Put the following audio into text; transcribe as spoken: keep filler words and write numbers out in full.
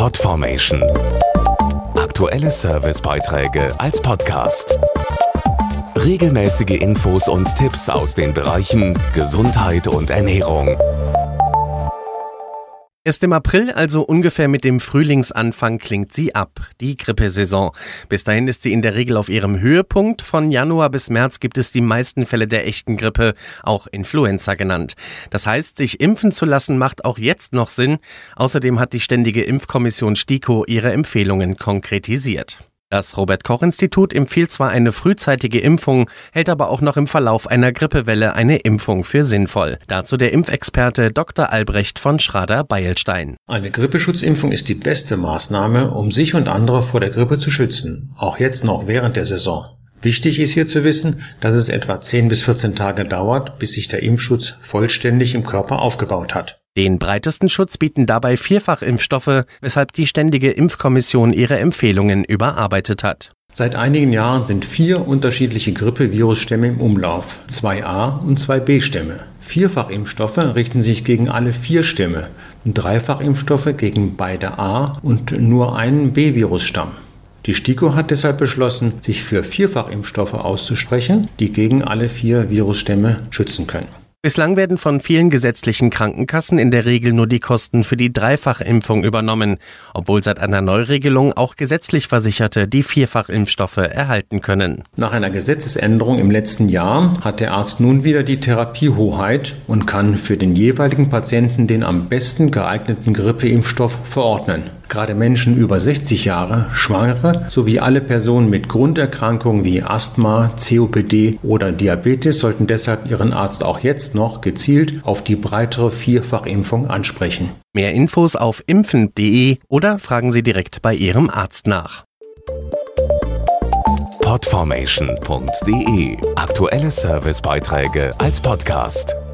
Podformation. Aktuelle Servicebeiträge als Podcast. Regelmäßige Infos und Tipps aus den Bereichen Gesundheit und Ernährung. Erst im April, also ungefähr mit dem Frühlingsanfang, klingt sie ab, die Grippesaison. Bis dahin ist sie in der Regel auf ihrem Höhepunkt. Von Januar bis März gibt es die meisten Fälle der echten Grippe, auch Influenza genannt. Das heißt, sich impfen zu lassen macht auch jetzt noch Sinn. Außerdem hat die Ständige Impfkommission STIKO ihre Empfehlungen konkretisiert. Das Robert-Koch-Institut empfiehlt zwar eine frühzeitige Impfung, hält aber auch noch im Verlauf einer Grippewelle eine Impfung für sinnvoll. Dazu der Impfexperte Doktor Albrecht von Schrader-Beilstein. Eine Grippeschutzimpfung ist die beste Maßnahme, um sich und andere vor der Grippe zu schützen, auch jetzt noch während der Saison. Wichtig ist hier zu wissen, dass es etwa zehn bis vierzehn Tage dauert, bis sich der Impfschutz vollständig im Körper aufgebaut hat. Den breitesten Schutz bieten dabei Vierfachimpfstoffe, weshalb die Ständige Impfkommission ihre Empfehlungen überarbeitet hat. Seit einigen Jahren sind vier unterschiedliche Grippevirusstämme im Umlauf, zwei A- und zwei B-Stämme. Vierfachimpfstoffe richten sich gegen alle vier Stämme und Dreifachimpfstoffe gegen beide A- und nur einen B-Virusstamm. Die STIKO hat deshalb beschlossen, sich für Vierfachimpfstoffe auszusprechen, die gegen alle vier Virusstämme schützen können. Bislang werden von vielen gesetzlichen Krankenkassen in der Regel nur die Kosten für die Dreifachimpfung übernommen, obwohl seit einer Neuregelung auch gesetzlich Versicherte die Vierfachimpfstoffe erhalten können. Nach einer Gesetzesänderung im letzten Jahr hat der Arzt nun wieder die Therapiehoheit und kann für den jeweiligen Patienten den am besten geeigneten Grippeimpfstoff verordnen. Gerade Menschen über sechzig Jahre, Schwangere sowie alle Personen mit Grunderkrankungen wie Asthma, C O P D oder Diabetes sollten deshalb ihren Arzt auch jetzt noch gezielt auf die breitere Vierfachimpfung ansprechen. Mehr Infos auf impfen punkt de oder fragen Sie direkt bei Ihrem Arzt nach. Podformation punkt de. Aktuelle Servicebeiträge als Podcast.